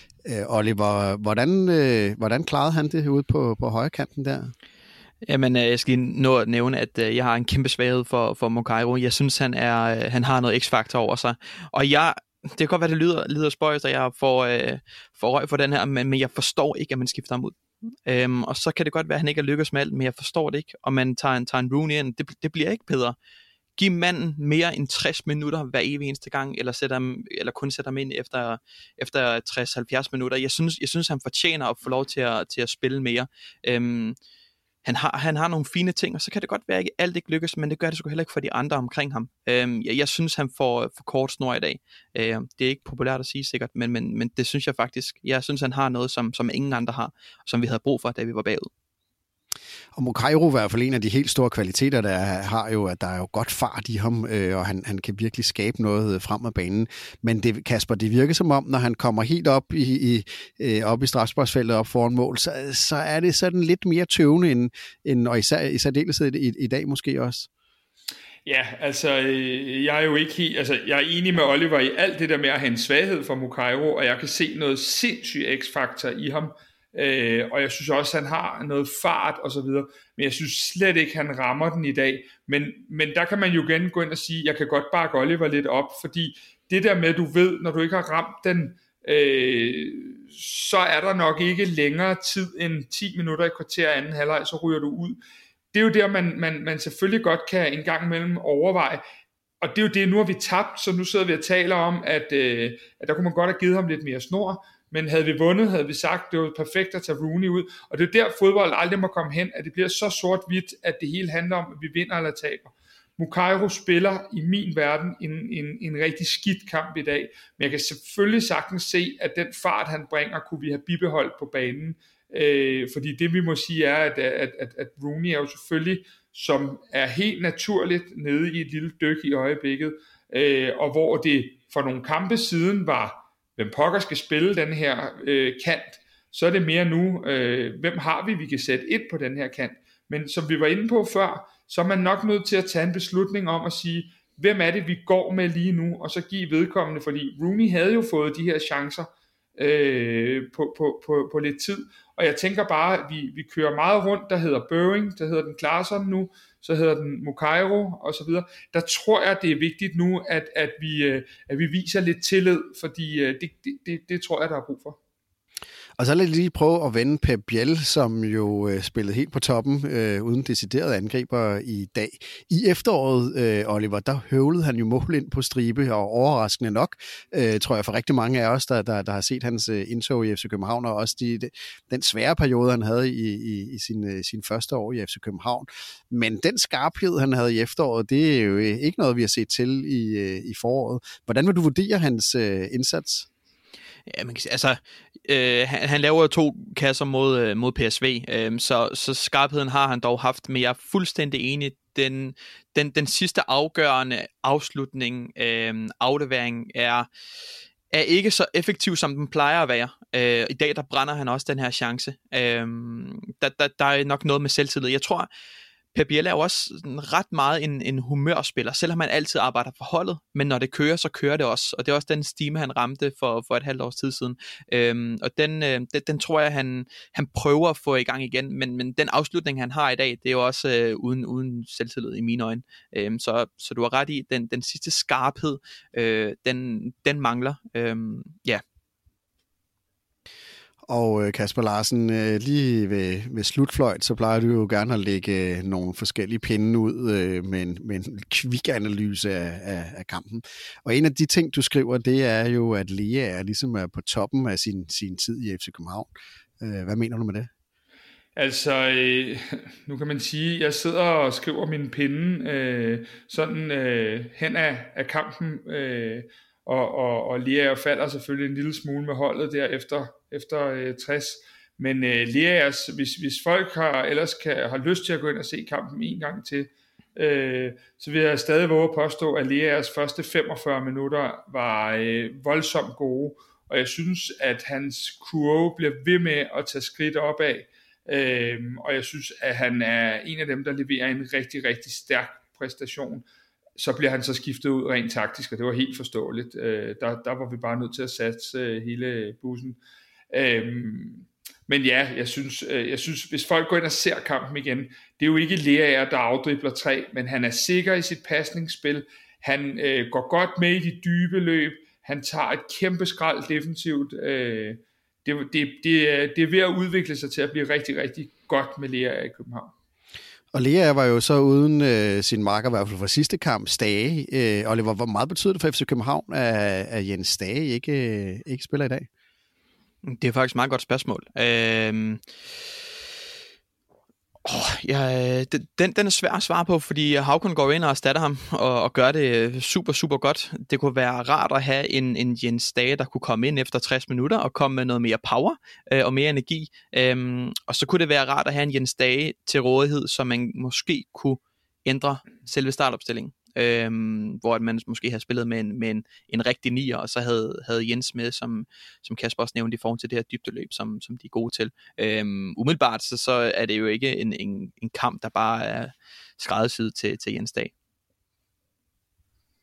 Oliver, hvordan, øh, hvordan klarede han det ude på, på højre kanten der? Jamen, jeg skal nå at nævne, at jeg har en kæmpe svaghed for, for Mokairo. Jeg synes, han, er, han har noget x-faktor over sig. Og jeg, det kan godt være, det lyder, lyder spøjst, at jeg får, øh, får røg for den her, men, men jeg forstår ikke, at man skifter ham ud. Øhm, og så kan det godt være, at han ikke er lykkes med alt, men jeg forstår det ikke. Og man tager en, tager en Rooney ind, det, det bliver ikke bedre. Giv manden mere end tres minutter hver evig eneste gang, eller, sæt ham, eller kun sætte ham ind efter, efter tres til halvfjerds minutter. Jeg synes, jeg synes, han fortjener at få lov til at, til at spille mere. Øhm, han, har, han har nogle fine ting, og så kan det godt være, at alt ikke lykkes, men det gør det sgu heller ikke for de andre omkring ham. Øhm, jeg, jeg synes, han får for kort snor i dag. Øhm, det er ikke populært at sige sikkert, men, men, men det synes jeg faktisk. Jeg synes, han har noget, som, som ingen andre har, som vi havde brug for, da vi var bagud. Og Mokairo er i hvert fald en af de helt store kvaliteter, der har jo, at der er jo godt fart i ham, øh, og han, han kan virkelig skabe noget frem af banen. Men det, Kasper, det virker som om, når han kommer helt op i, i, øh, op i strafsparksfeltet op foran mål, så, så er det sådan lidt mere tøvende, end, end, og især, i særdeleshed i, i dag måske også. Ja, altså, øh, jeg er jo ikke helt, altså, jeg er enig med Oliver i alt det der med at have en svaghed for Mukairo, og jeg kan se noget sindssygt x-faktor i ham, øh, og jeg synes også, han har noget fart og så videre, men jeg synes slet ikke, han rammer den i dag, men, men der kan man jo igen gå ind og sige, jeg kan godt bakke Oliver lidt op, fordi det der med, du ved, når du ikke har ramt den, øh, så er der nok ikke længere tid end ti minutter i kvarter af anden halvleg, så ryger du ud. Det er jo der, man, man, man selvfølgelig godt kan en gang imellem overveje, og det er jo det, nu har vi tabt, så nu sidder vi og taler om, at, øh, at der kunne man godt have givet ham lidt mere snor, men havde vi vundet, havde vi sagt, det var perfekt at tage Rooney ud, og det er der, fodbold aldrig må komme hen, at det bliver så sort-hvidt, at det hele handler om, at vi vinder eller taber. Mukairo spiller i min verden en, en, en rigtig skidt kamp i dag, men jeg kan selvfølgelig sagtens se, at den fart, han bringer, kunne vi have bibeholdt på banen. Øh, fordi det vi må sige er, at, at, at, at Rooney er jo selvfølgelig, som er helt naturligt nede i et lille dyk i øjeblikket, øh, og hvor det for nogle kampe siden var, hvem pokker skal spille den her øh, kant, så er det mere nu, øh, hvem har vi, vi kan sætte ind på den her kant. Men som vi var inde på før, så er man nok nødt til at tage en beslutning om at sige, hvem er det vi går med lige nu, og så give vedkommende, fordi Rooney havde jo fået de her chancer øh, på, på, på, på lidt tid, og jeg tænker bare, at vi, vi kører meget rundt, der hedder Børing, der hedder den Klaarsson nu, så hedder den Mukairo og så videre. Der tror jeg, det er vigtigt nu, at, at, vi, at vi viser lidt tillid, fordi det, det, det, det tror jeg, der er brug for. Og så lad os lige prøve at vende Pep Biel, som jo øh, spillede helt på toppen, øh, uden deciderede angriber i dag. I efteråret, øh, Oliver, der høvlede han jo mål ind på stribe, og overraskende nok, øh, tror jeg for rigtig mange af os, der, der, der har set hans øh, indtog i F C København, og også de, de, den svære periode, han havde i, i, i sin, øh, sin første år i F C København. Men den skarphed, han havde i efteråret, det er jo ikke noget, vi har set til i, øh, i foråret. Hvordan vil du vurdere hans øh, indsats? Ja, man kan sige, altså, øh, han, han laver to kasser mod, øh, mod P S V, øh, så, så skarpheden har han dog haft, men jeg er fuldstændig enig. Den, den, den sidste afgørende afslutning, øh, aflevering, er, er ikke så effektiv, som den plejer at være. Øh, I dag, der brænder han også den her chance. Øh, der, der, der er nok noget med selvtillid. Jeg tror, Pep Biel er jo også ret meget en, en humørspiller, selvom han altid arbejder for holdet, men når det kører, så kører det også, og det er også den stime, han ramte for, for et halvt års tid siden, øhm, og den, øh, den, den tror jeg, han, han prøver at få i gang igen, men, men den afslutning, han har i dag, det er jo også øh, uden, uden selvtillid i mine øjne, øhm, så, så du har ret i, den, den sidste skarphed, øh, den, den mangler, øhm, ja. Og Kasper Larsen, lige ved, ved slutfløjt, så plejer du jo gerne at lægge nogle forskellige pinde ud med en, med en kvik-analyse af, af, af kampen. Og en af de ting, du skriver, det er jo, at Lea er ligesom er på toppen af sin, sin tid i F C København. Hvad mener du med det? Altså, øh, nu kan man sige, at jeg sidder og skriver min pinde øh, sådan øh, hen af, af kampen, øh, og, og, og Lea falder selvfølgelig en lille smule med holdet der efter, efter øh, tres. Men øh, Lea, hvis, hvis folk har, ellers kan, har lyst til at gå ind og se kampen en gang til, øh, så vil jeg stadig våge at påstå, at Leas første femogfyrre minutter var øh, voldsomt gode, og jeg synes, at hans kurve bliver ved med at tage skridt opad, øh, og jeg synes, at han er en af dem, der leverer en rigtig, rigtig stærk præstation. Så bliver han så skiftet ud rent taktisk, og det var helt forståeligt. Øh, der, der var vi bare nødt til at satse øh, hele bussen. Øhm, men ja, jeg synes, øh, jeg synes, hvis folk går ind og ser kampen igen, det er jo ikke Lea, der afdribler tre, men han er sikker i sit pasningsspil. Han øh, går godt med i de dybe løb. Han tager et kæmpe skrald defensivt. Øh, det, det, det, er, det er ved at udvikle sig til at blive rigtig, rigtig godt med Lea i København. Og Lea var jo så uden øh, sin marker, i hvert fald fra sidste kamp, Stage. Øh, Oliver, hvor meget betyder det for F C København, at, at Jens Stage ikke, øh, ikke spiller i dag? Det er faktisk et meget godt spørgsmål. Øh... Oh, ja, den, den er svær at svare på, fordi Haugen går ind og erstatter ham og, og gør det super, super godt. Det kunne være rart at have en, en Jens Stage, der kunne komme ind efter tres minutter og komme med noget mere power øh, og mere energi. Øhm, og så kunne det være rart at have en Jens Stage til rådighed, så man måske kunne ændre selve startopstillingen. Øhm, hvor man måske havde spillet med en, med en, en rigtig nier, og så havde, havde Jens med, som, som Kasper også nævnte, i forhold til det her dybdeløb, som, som de er gode til. Øhm, umiddelbart, så, så er det jo ikke en, en, en kamp, der bare er skræddersyet til, til Jens Dag.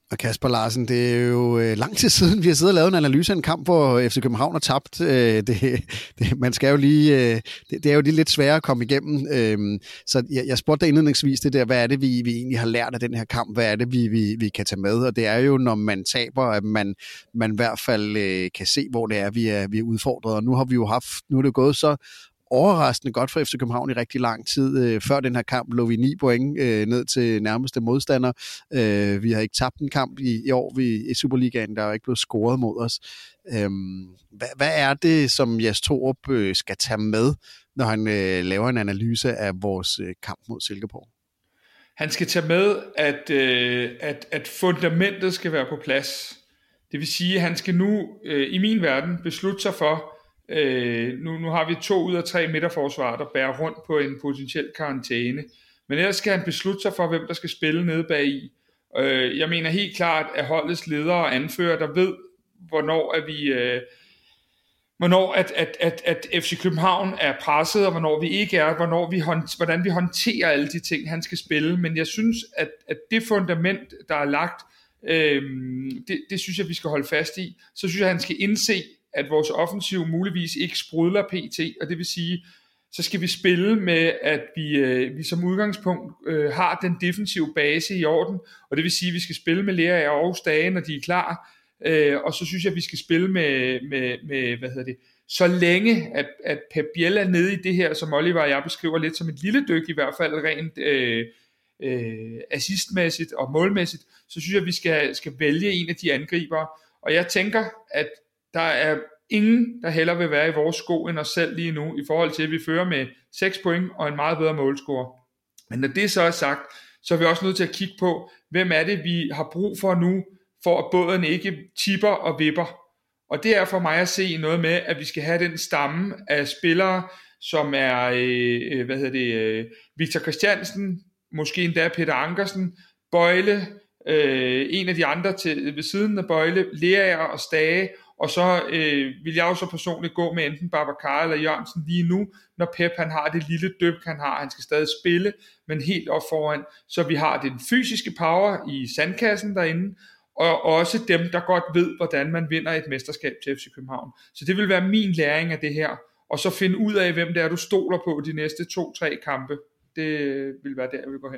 Og Kasper Larsen, det er jo øh, lang tid siden, vi har siddet og lavet en analyse af en kamp, hvor F C København har tabt. Øh, det, det, man skal jo lige, øh, det, det er jo lige lidt sværere at komme igennem. Øh, så jeg, jeg spurgte dig indledningsvis det der, hvad er det, vi, vi egentlig har lært af den her kamp? Hvad er det, vi, vi, vi kan tage med? Og det er jo, når man taber, at man, man i hvert fald øh, kan se, hvor det er, vi er, vi er udfordret. Og nu har vi jo haft, nu er det gået så overraskende godt for F C København i rigtig lang tid. Øh, før den her kamp lå vi ni point øh, ned til nærmeste modstander. Øh, vi har ikke tabt en kamp i, i år vi, i Superligaen. Der er jo ikke blevet scoret mod os. Øh, hvad, hvad er det, som Jes Torup øh, skal tage med, når han øh, laver en analyse af vores øh, kamp mod Silkeborg? Han skal tage med, at, øh, at, at fundamentet skal være på plads. Det vil sige, at han skal nu, øh, i min verden, beslutte sig for, Øh, nu, nu har vi to ud af tre midterforsvar, der bærer rundt på en potentiel karantæne. Men ellers skal han beslutte sig for, hvem der skal spille nede bagi. Øh, jeg mener helt klart, at holdets ledere og anfører, der ved, hvornår at vi... Øh, hvornår at, at, at, at F C København er presset, og hvornår vi ikke er, hvornår vi hånd, hvordan vi håndterer alle de ting, han skal spille. Men jeg synes, at, at det fundament, der er lagt, øh, det, det synes jeg, vi skal holde fast i. Så synes jeg, han skal indse, at vores offensiv muligvis ikke sprudler pt, og det vil sige, så skal vi spille med, at vi, øh, vi som udgangspunkt øh, har den defensive base i orden, og det vil sige, at vi skal spille med Lerager og Stage, når de er klar, øh, og så synes jeg, at vi skal spille med, med, med hvad hedder det, så længe, at, at Pep Biel er nede i det her, som Oliver og jeg beskriver lidt som et lille dyk, i hvert fald rent øh, øh, assistmæssigt og målmæssigt, så synes jeg, at vi skal, skal vælge en af de angribere, og jeg tænker, at der er ingen, der hellere vil være i vores sko end os selv lige nu, i forhold til, at vi fører med seks point og en meget bedre målscore. Men når det så er sagt, så er vi også nødt til at kigge på, hvem er det, vi har brug for nu, for at båden ikke tipper og vipper. Og det er for mig at se noget med, at vi skal have den stamme af spillere, som er, øh, hvad hedder det, øh, Victor Christiansen, måske endda Peter Ankersen, Bøjle, øh, en af de andre til, ved siden af Bøjle, Lerager og Stage. Og så øh, vil jeg jo så personligt gå med enten Babacar eller Jørgensen lige nu, når Pep han har det lille dyb, han har. Han skal stadig spille, men helt op foran. Så vi har den fysiske power i sandkassen derinde, og også dem, der godt ved, hvordan man vinder et mesterskab til F C København. Så det vil være min læring af det her. Og så finde ud af, hvem det er, du stoler på de næste to-tre kampe. Det vil være der, jeg vil gå hen.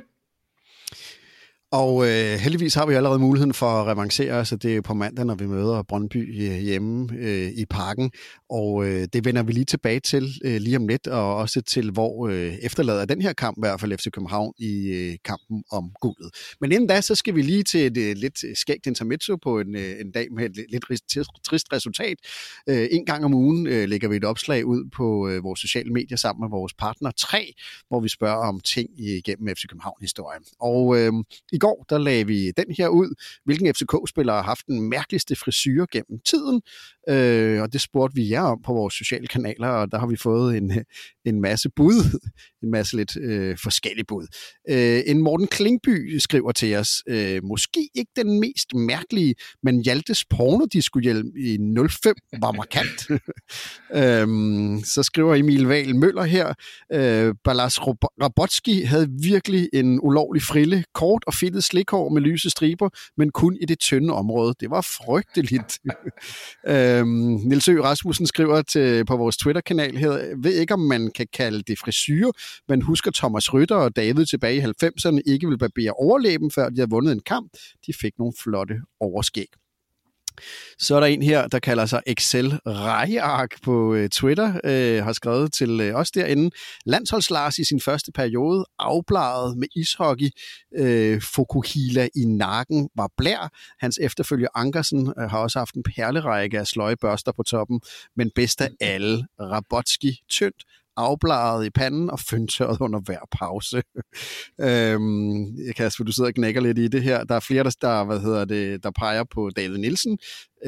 Og øh, heldigvis har vi allerede muligheden for at revancere, så det er på mandag, når vi møder Brøndby hjemme øh, i Parken, og øh, det vender vi lige tilbage til øh, lige om lidt, og også til, hvor øh, efterlader den her kamp, i hvert fald F C København, i øh, kampen om guldet. Men inden da, så skal vi lige til et øh, lidt skægt intermezzo på en, øh, en dag med et lidt trist resultat. Øh, en gang om ugen øh, lægger vi et opslag ud på øh, vores sociale medier sammen med vores partner tre, hvor vi spørger om ting igennem F C København-historien. Og øh, i går, der lagde vi den her ud, hvilken F C K-spiller har haft den mærkeligste frisyre gennem tiden, øh, og det spurgte vi jer om på vores sociale kanaler, og der har vi fået en, en masse bud, en masse lidt øh, forskellige bud. Øh, en Morten Klingby skriver til os, øh, måske ikke den mest mærkelige, men Hjaltes pornodisco-hjelm i nul fem var markant. øh, så skriver Emil Wahl Møller her, øh, Balas Rabotski havde virkelig en ulovlig frille, kort og fedtet slikhår med lyse striber, men kun i det tynde område. Det var frygteligt. øhm, Niels Ø. Rasmussen skriver til, på vores Twitter-kanal her, ved ikke, om man kan kalde det frisyre, men husker Thomas Rytter og David tilbage i halvfemserne ikke ville barbere overlæben, før de havde vundet en kamp. De fik nogle flotte overskæg. Så er der en her, der kalder sig Excel Rejeark på øh, Twitter, øh, har skrevet til øh, os derinde. Landsholdslars i sin første periode, afbladet med ishockey, øh, Fukuhila i nakken var blær. Hans efterfølger Ankersen øh, har også haft en perlerække af sløjebørster på toppen, men bedst af alle, Rabotski tyndt, afbladet i panden og fyndtørret under hver pause. øhm, Kasper, du sidder og knækker lidt i det her. Der er flere, der, der, hvad hedder det, der peger på David Nielsen.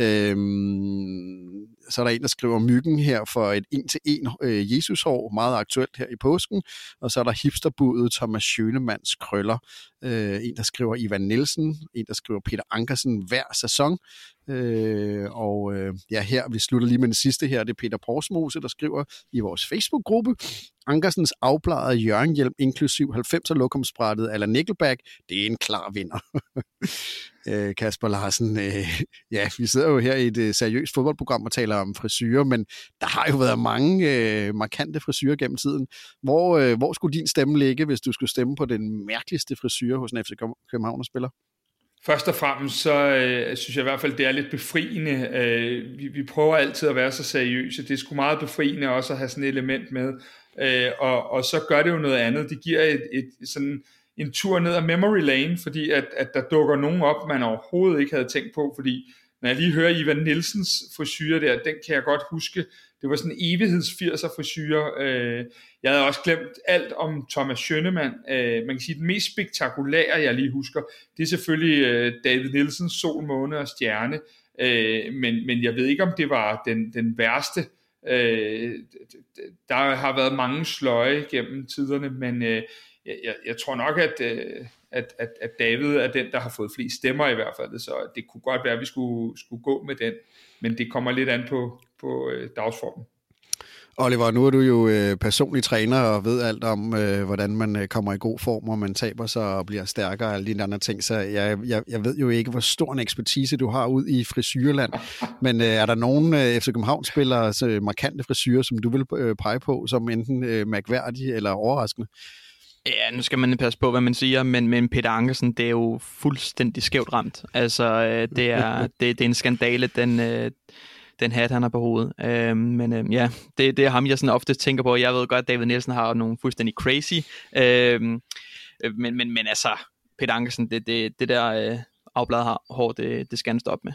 Øhm, så er der en, der skriver Myggen her for et en-til-en øh, Jesushår, meget aktuelt her i påsken. Og så er der hipsterbudet Thomas Schønemanns krøller. Øh, en, der skriver Ivan Nielsen. En, der skriver Peter Ankersen hver sæson. Øh, og øh, ja, her, vi slutter lige med den sidste her, det er Peter Porsmose, der skriver i vores Facebook-gruppe, Ankersens afbladede hjørnehjelm, inklusiv halvfemser lokumsbrættet eller Nickelback, det er en klar vinder. øh, Kasper Larsen. Øh, ja, vi sidder jo her i et seriøst fodboldprogram og taler om frisyrer, men der har jo været mange øh, markante frisyrer gennem tiden. Hvor, øh, hvor skulle din stemme ligge, hvis du skulle stemme på den mærkeligste frisyr hos en F C København-spiller? Først og fremmest, så øh, synes jeg i hvert fald, det er lidt befriende. Øh, vi, vi prøver altid at være så seriøse. Det er sgu meget befriende også at have sådan et element med. Øh, og, og så gør det jo noget andet. Det giver et, et, sådan en tur ned ad memory lane, fordi at, at der dukker nogen op, man overhovedet ikke havde tænkt på. Fordi når jeg lige hører Ivan Nielsens frisyre der, den kan jeg godt huske. Det var sådan en evigheds firser frisyre. Øh, jeg havde også glemt alt om Thomas Schønemann. Øh, man kan sige, at den mest spektakulære, jeg lige husker, det er selvfølgelig øh, David Nielsens Sol, Måne og Stjerne. Øh, men, men jeg ved ikke, om det var den, den værste. Øh, der har været mange sløje gennem tiderne, men øh, jeg, jeg tror nok, at, øh, at, at, at David er den, der har fået flest stemmer i hvert fald. Så det kunne godt være, at vi skulle, skulle gå med den. Men det kommer lidt an på, på øh, dagsformen. Oliver, nu er du jo øh, personlig træner og ved alt om, øh, hvordan man øh, kommer i god form, og man taber sig og bliver stærkere og alle de andre ting. Så jeg, jeg, jeg ved jo ikke, hvor stor en ekspertise du har ud i frisyrland. Men øh, er der nogen øh, F C København-spillers øh, markante frisyrer, som du vil øh, pege på, som enten øh, mærkværdige eller overraskende? Ja, nu skal man passe på, hvad man siger, men, men Peter Ankersen, det er jo fuldstændig skævt ramt. Altså, øh, det, er, det, det er en skandale, den... Øh, den hat, han har på hovedet. Øh, men øh, ja, det, det er ham, jeg sådan ofte tænker på. Jeg ved godt, at David Nielsen har nogle fuldstændig crazy. Øh, men, men, men altså, Peter Ankersen, det, det, det der øh, afbladet hår, det, det skal han stoppe med.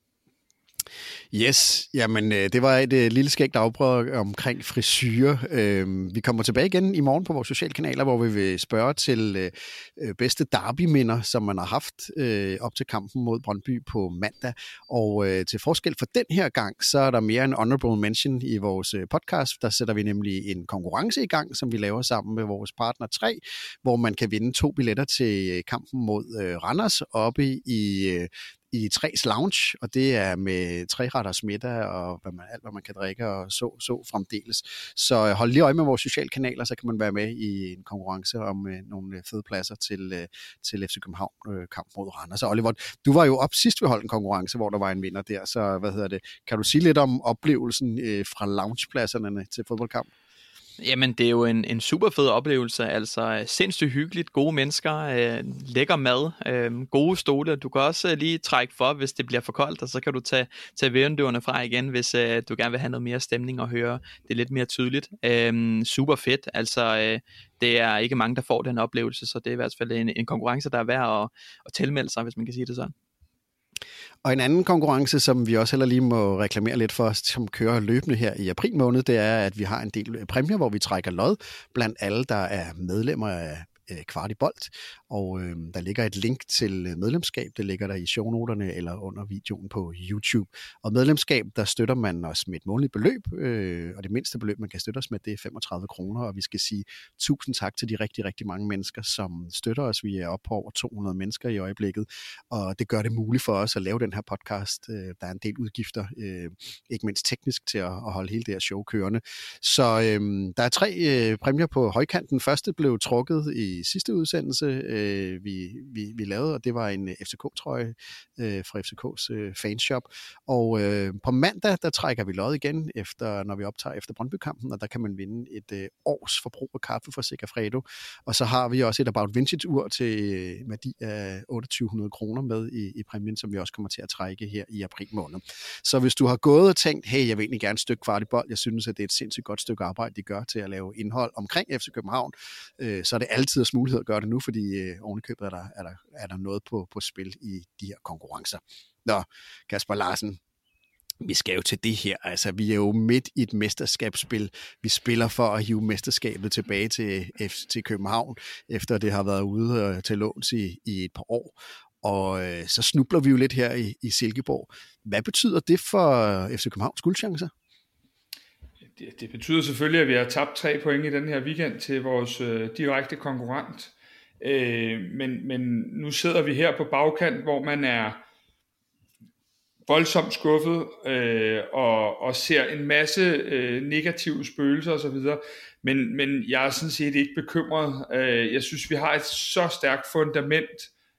Yes, jamen det var et øh, lille skægt afprøv omkring frisyrer. Øh, vi kommer tilbage igen i morgen på vores sociale kanaler, hvor vi vil spørge til øh, bedste derbyminder, som man har haft øh, op til kampen mod Brøndby på mandag. Og øh, til forskel for den her gang, så er der mere en honorable mention i vores øh, podcast. Der sætter vi nemlig en konkurrence i gang, som vi laver sammen med vores partner tre, hvor man kan vinde to billetter til kampen mod øh, Randers oppe i... Øh, i Tres Lounge, og det er med tre-retters middag og hvad man, alt, hvad man kan drikke og så, så fremdeles. Så hold lige øje med vores sociale kanaler, så kan man være med i en konkurrence om øh, nogle fede pladser til, øh, til F C København øh, kamp mod Randers. Så Oliver, du var jo op sidst, vi holdt en konkurrence, hvor der var en vinder der, så hvad hedder det? Kan du sige lidt om oplevelsen øh, fra loungepladserne til fodboldkamp? Jamen, det er jo en, en super fed oplevelse, altså sindssygt hyggeligt, gode mennesker, øh, lækker mad, øh, gode stole. Du kan også lige trække for, hvis det bliver for koldt, og så kan du tage, tage vinduerne fra igen, hvis øh, du gerne vil have noget mere stemning og høre det lidt mere tydeligt. Øh, super fedt, altså øh, det er ikke mange, der får den oplevelse, så det er i hvert fald en, en konkurrence, der er værd at, at tilmelde sig, hvis man kan sige det sådan. Og en anden konkurrence, som vi også heller lige må reklamere lidt for, som kører løbende her i april måned, det er, at vi har en del præmier, hvor vi trækker lod blandt alle, der er medlemmer af Kvart i Bold, og øh, der ligger et link til medlemskab, det ligger der i shownoterne eller under videoen på YouTube. Og medlemskab, der støtter man os med et månedligt beløb, øh, og det mindste beløb, man kan støtte os med, det er femogtredive kroner, og vi skal sige tusind tak til de rigtig, rigtig mange mennesker, som støtter os. Vi er oppe på over to hundrede mennesker i øjeblikket, og det gør det muligt for os at lave den her podcast. Øh, der er en del udgifter, øh, ikke mindst teknisk, til at, at holde hele det her show kørende. Så øh, der er tre øh, præmier på højkanten. Første blev trukket i sidste udsendelse, øh, vi, vi, vi lavede, og det var en F C K-trøje øh, fra F C K's øh, fanshop. Og øh, på mandag, der trækker vi lod igen, efter, når vi optager efter Brøndby-kampen, og der kan man vinde et øh, års forbrug af kaffe fra Segafredo. Og så har vi også et About Vintage-ur til øh, værdi af otteogtyve hundrede kroner med i, i præmien, som vi også kommer til at trække her i april måned. Så hvis du har gået og tænkt, hey, jeg vil egentlig gerne et stykke Kvart i Bold, jeg synes, at det er et sindssygt godt stykke arbejde, de gør til at lave indhold omkring F C København, øh, så er det altid mulighed at gøre det nu, fordi øh, ovenikøbet er der, er, der, er der noget på, på spil i de her konkurrencer. Nå, Kasper Larsen, vi skal jo til det her. Altså, vi er jo midt i et mesterskabsspil. Vi spiller for at hive mesterskabet tilbage til F C København, efter det har været ude øh, til låns i, i et par år. Og øh, så snubler vi jo lidt her i, i Silkeborg. Hvad betyder det for F C Københavns guldchancer? Det, det betyder selvfølgelig, at vi har tabt tre point i den her weekend til vores øh, direkte konkurrent. Øh, men, men nu sidder vi her på bagkant, hvor man er voldsomt skuffet øh, og, og ser en masse øh, negative spøgelser osv. Men, men jeg er sådan set ikke bekymret. Øh, jeg synes, vi har et så stærkt fundament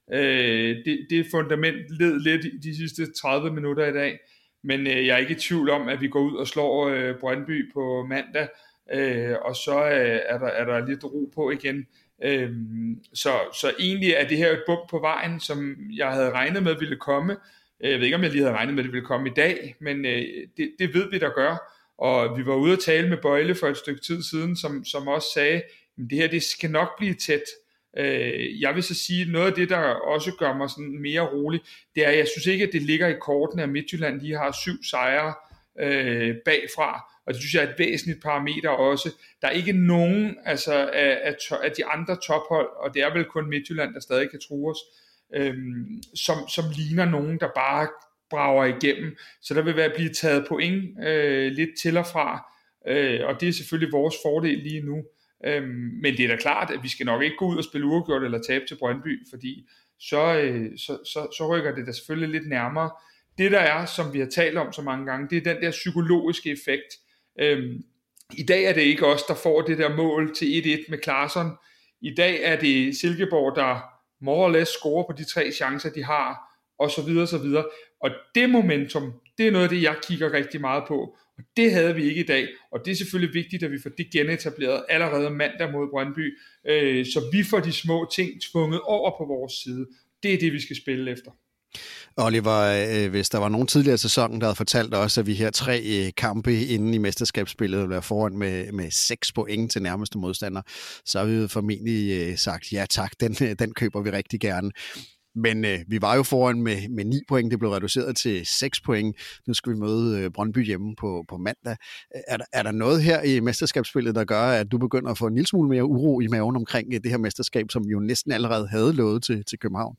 Øh, det, det fundament led lidt i de sidste tredive minutter i dag, men øh, jeg er ikke i tvivl om, at vi går ud og slår øh, Brøndby på mandag, øh, og så øh, er, der, er der lidt ro på igen. Øh, så, så egentlig er det her et bump på vejen, som jeg havde regnet med ville komme. Jeg ved ikke, om jeg lige havde regnet med, at det ville komme i dag, men øh, det, det ved vi, der gør. Og vi var ude at tale med Bøjle for et stykke tid siden, som, som også sagde, at det her det skal nok blive tæt. Øh, jeg vil så sige, noget af det, der også gør mig sådan mere rolig, det er, at jeg synes ikke, at det ligger i kortene, at Midtjylland lige har syv sejre øh, bagfra. Og det synes jeg er et væsentligt parameter også. Der er ikke nogen altså, af, af, to, af de andre tophold, og det er vel kun Midtjylland, der stadig kan true os, Øhm, som, som ligner nogen, der bare brager igennem. Så der vil være blive taget point øh, lidt til og fra, øh, og det er selvfølgelig vores fordel lige nu. Øhm, men det er da klart, at vi skal nok ikke gå ud og spille uafgjort eller tabe til Brøndby, fordi så, øh, så, så, så rykker det da selvfølgelig lidt nærmere. Det der er, som vi har talt om så mange gange, det er den der psykologiske effekt. Øhm, I dag er det ikke os, der får det der mål til et et med Klaarsson. I dag er det Silkeborg, der more or less score på de tre chancer, de har, og så videre, så videre. Og det momentum, det er noget af det, jeg kigger rigtig meget på. Og det havde vi ikke i dag. Og det er selvfølgelig vigtigt, at vi får det genetableret allerede mandag mod Brøndby, øh, så vi får de små ting tvunget over på vores side. Det er det, vi skal spille efter. Oliver, hvis der var nogen tidligere sæsonen, der havde fortalt os, at vi her tre kampe inden i mesterskabsspillet ville være foran med, med seks point til nærmeste modstander, så har vi jo formentlig sagt, ja tak, den, den køber vi rigtig gerne. Men øh, vi var jo foran med, med ni point, det blev reduceret til seks point. Nu skal vi møde øh, Brøndby hjemme på, på mandag. Er der, er der noget her i mesterskabsspillet, der gør, at du begynder at få en lille smule mere uro i maven omkring det her mesterskab, som vi jo næsten allerede havde lovet til, til København?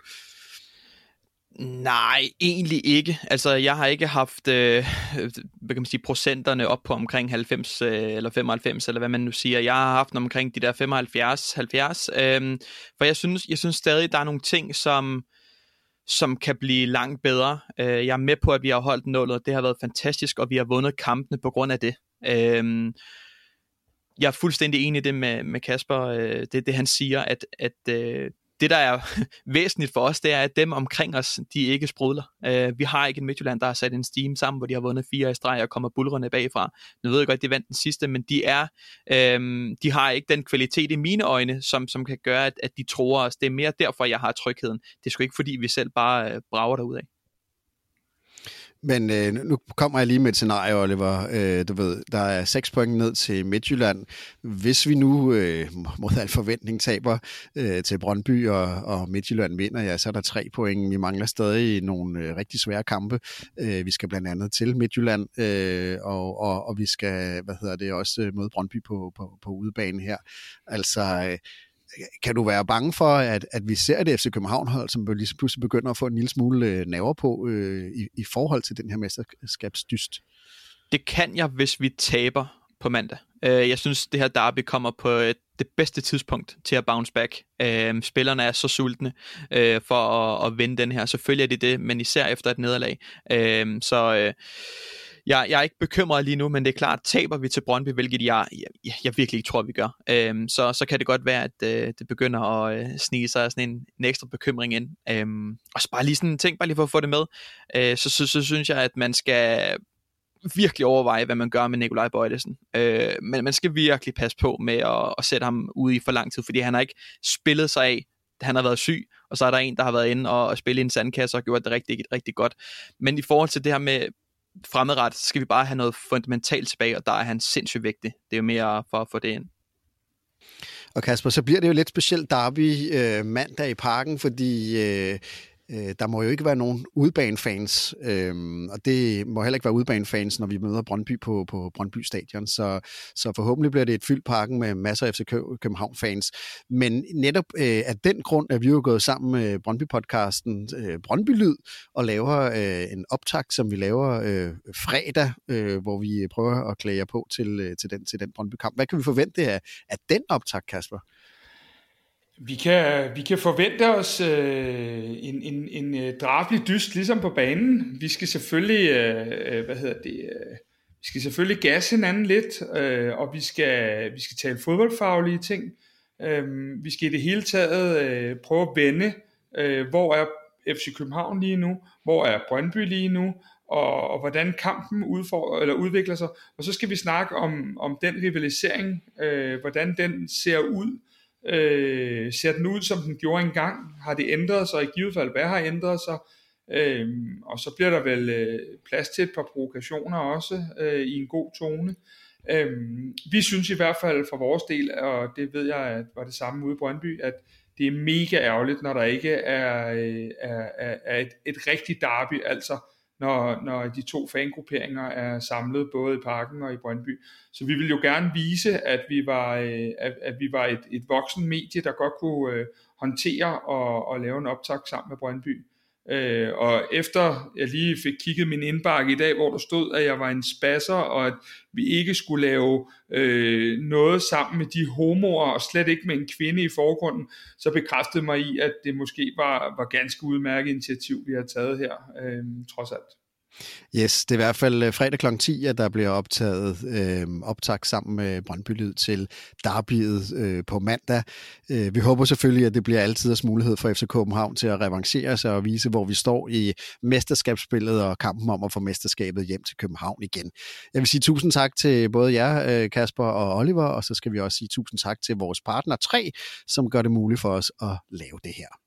Nej, egentlig ikke. Altså, jeg har ikke haft øh, hvad kan man sige, procenterne op på omkring halvfems øh, eller femoghalvfems, eller hvad man nu siger. Jeg har haft dem omkring de der femoghalvfjerds halvfjerds, øh, for jeg synes, jeg synes stadig, der er nogle ting, som, som kan blive langt bedre. Øh, jeg er med på, at vi har holdt nullet, det har været fantastisk, og vi har vundet kampene på grund af det. Øh, jeg er fuldstændig enig i det med, med Kasper, øh, det det han siger, at, at øh, det, der er væsentligt for os, det er, at dem omkring os, de ikke sprudler. Uh, vi har ikke en Midtjylland, der har sat en steam sammen, hvor de har vundet fire i streg og kommer bulrende bagfra. Nu ved jeg godt, de vandt den sidste, men de er, øhm, de har ikke den kvalitet i mine øjne, som, som kan gøre, at, at de tror os. Det er mere derfor, jeg har trygheden. Det er sgu ikke, fordi vi selv bare øh, brager derudad. Men øh, nu kommer jeg lige med et scenarie, Oliver. Øh, du ved, der er seks point ned til Midtjylland. Hvis vi nu øh, mod al forventning taber øh, til Brøndby, og, og Midtjylland vinder, ja, så er der tre point. Vi mangler stadig nogle øh, rigtig svære kampe. Øh, vi skal blandt andet til Midtjylland, øh, og, og, og vi skal, hvad hedder det, også møde Brøndby på, på, på udebane her. Altså... Øh, Kan du være bange for, at, at vi ser et F C København-hold, som ligesom pludselig begynder at få en lille smule øh, nerver på øh, i, i forhold til den her mesterskabsdyst? Det kan jeg, hvis vi taber på mandag. Uh, jeg synes, det her derby kommer på uh, det bedste tidspunkt til at bounce back. Uh, spillerne er så sultne uh, for at, at vinde den her. Selvfølgelig er det det, men især efter et nederlag. Uh, så... Uh, Jeg, jeg er ikke bekymret lige nu, men det er klart, taber vi til Brøndby, hvilket jeg, jeg, jeg virkelig ikke tror, vi gør. Øhm, så, så kan det godt være, at øh, det begynder at øh, snige sig sådan en, en ekstra bekymring ind. Øhm, og så bare lige sådan en ting, bare lige for at få det med. Øh, så, så, så synes jeg, at man skal virkelig overveje, hvad man gør med Nikolaj Bøjlesen. Øh, men man skal virkelig passe på med at, at sætte ham ude i for lang tid, fordi han har ikke spillet sig af. Han har været syg, og så er der en, der har været inde og, og spille i en sandkasse og gjort det rigtig, rigtig godt. Men i forhold til det her med fremadrettet, så skal vi bare have noget fundamentalt tilbage, og der er han sindssygt vigtig. Det er jo mere for at få det ind. Og Kasper, så bliver det jo lidt specielt derby øh, mandag i Parken, fordi øh, øh, der må jo ikke være nogen udebanefans, øh, og det må heller ikke være udebanefans, når vi møder Brøndby på, på Brøndby Stadion, så, så forhåbentlig bliver det et fyldt Parken med masser af F C København-fans. Men netop øh, af den grund er vi jo gået sammen med Brøndby-podcasten øh, Brøndby-lyd og laver øh, en optakt, som vi laver øh, fredag, øh, hvor vi prøver at klæde jer på til, øh, til den, til den Brøndby-kamp. Hvad kan vi forvente af, af den optakt, Kasper? Vi kan, vi kan forvente os øh, en, en, en drabelig dyst, ligesom på banen. Vi skal selvfølgelig, øh, hvad hedder det, øh, vi skal selvfølgelig gasse hinanden lidt, øh, og vi skal, vi skal tale fodboldfaglige ting. Øh, vi skal i det hele taget øh, prøve at vende Øh, hvor er F C København lige nu? Hvor er Brøndby lige nu? Og, og hvordan kampen udfor, eller udvikler sig. Og så skal vi snakke om, om den rivalisering, øh, hvordan den ser ud. Øh, ser den ud, som den gjorde engang? Har det ændret sig? I givet fald, hvad har ændret sig? Øh, og så bliver der vel øh, plads til et par provokationer også øh, i en god tone. Øh, vi synes i hvert fald for vores del, og det ved jeg, at var det samme ude i Brøndby, at det er mega ærgerligt, når der ikke er, er, er, er et, et rigtigt derby, altså når, når de to fangrupperinger er samlet både i Parken og i Brøndby. Så vi vil jo gerne vise, at vi var, at, at vi var et, et voksen medie, der godt kunne håndtere og, og lave en optakt sammen med Brøndby. Øh, og efter jeg lige fik kigget min indbakke i dag, hvor der stod, at jeg var en spasser, og at vi ikke skulle lave øh, noget sammen med de homoer, og slet ikke med en kvinde i forgrunden, så bekræftede mig i, at det måske var, var ganske udmærket initiativ, vi har taget her, øh, trods alt. Yes, det er i hvert fald fredag klokken ti, at der bliver optaget øh, optakt sammen med Brøndby Lyd til derbyet øh, på mandag. Øh, vi håber selvfølgelig, at det bliver altiders mulighed for F C København til at revancere sig og vise, hvor vi står i mesterskabsspillet og kampen om at få mesterskabet hjem til København igen. Jeg vil sige tusind tak til både jer, Kasper og Oliver, og så skal vi også sige tusind tak til vores partner tre, som gør det muligt for os at lave det her.